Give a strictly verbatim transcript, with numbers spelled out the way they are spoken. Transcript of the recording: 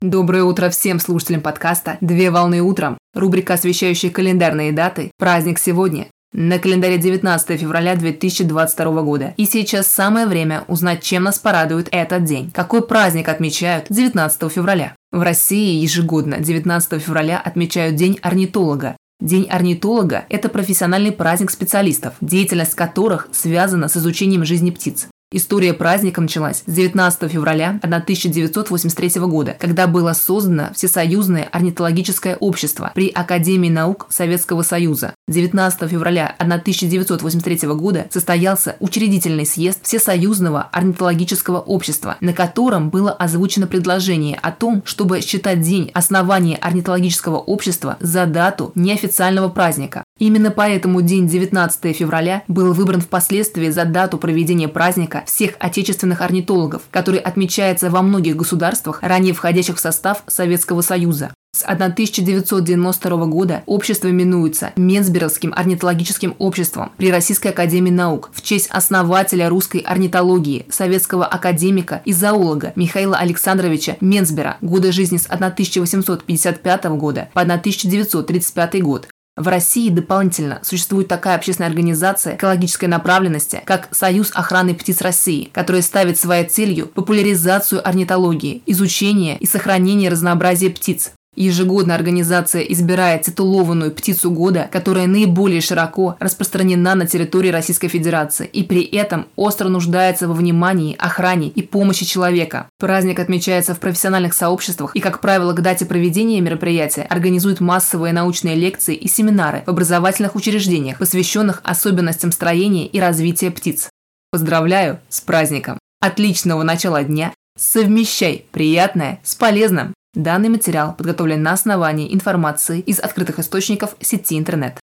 Доброе утро всем слушателям подкаста «Две волны утром». Рубрика, освещающая календарные даты. Праздник сегодня. На календаре девятнадцатое февраля две тысячи двадцать второго года. И сейчас самое время узнать, чем нас порадует этот день. Какой праздник отмечают девятнадцатого февраля? В России ежегодно девятнадцатого февраля отмечают День орнитолога. День орнитолога – это профессиональный праздник специалистов, деятельность которых связана с изучением жизни птиц. История праздника началась с девятнадцатого февраля тысяча девятьсот восемьдесят третьего года, когда было создано Всесоюзное орнитологическое общество при Академии наук Советского Союза. девятнадцатого февраля тысяча девятьсот восемьдесят третьего года состоялся учредительный съезд Всесоюзного орнитологического общества, на котором было озвучено предложение о том, чтобы считать день основания орнитологического общества за дату неофициального праздника. Именно поэтому день девятнадцатого февраля был выбран впоследствии за дату проведения праздника всех отечественных орнитологов, который отмечается во многих государствах, ранее входящих в состав Советского Союза. С тысяча девятьсот девяносто второго года общество именуется Менцбергским орнитологическим обществом при Российской академии наук в честь основателя русской орнитологии, советского академика и зоолога Михаила Александровича Менцбера, годы жизни с тысяча восемьсот пятьдесят пятого года по тысяча девятьсот тридцать пятый год. В России дополнительно существует такая общественная организация экологической направленности, как Союз охраны птиц России, которая ставит своей целью популяризацию орнитологии, изучение и сохранение разнообразия птиц. Ежегодно организация избирает титулованную птицу года, которая наиболее широко распространена на территории Российской Федерации и при этом остро нуждается во внимании, охране и помощи человека. Праздник отмечается в профессиональных сообществах и, как правило, к дате проведения мероприятия организуют массовые научные лекции и семинары в образовательных учреждениях, посвященных особенностям строения и развития птиц. Поздравляю с праздником! Отличного начала дня! Совмещай приятное с полезным! Данный материал подготовлен на основании информации из открытых источников сети интернет.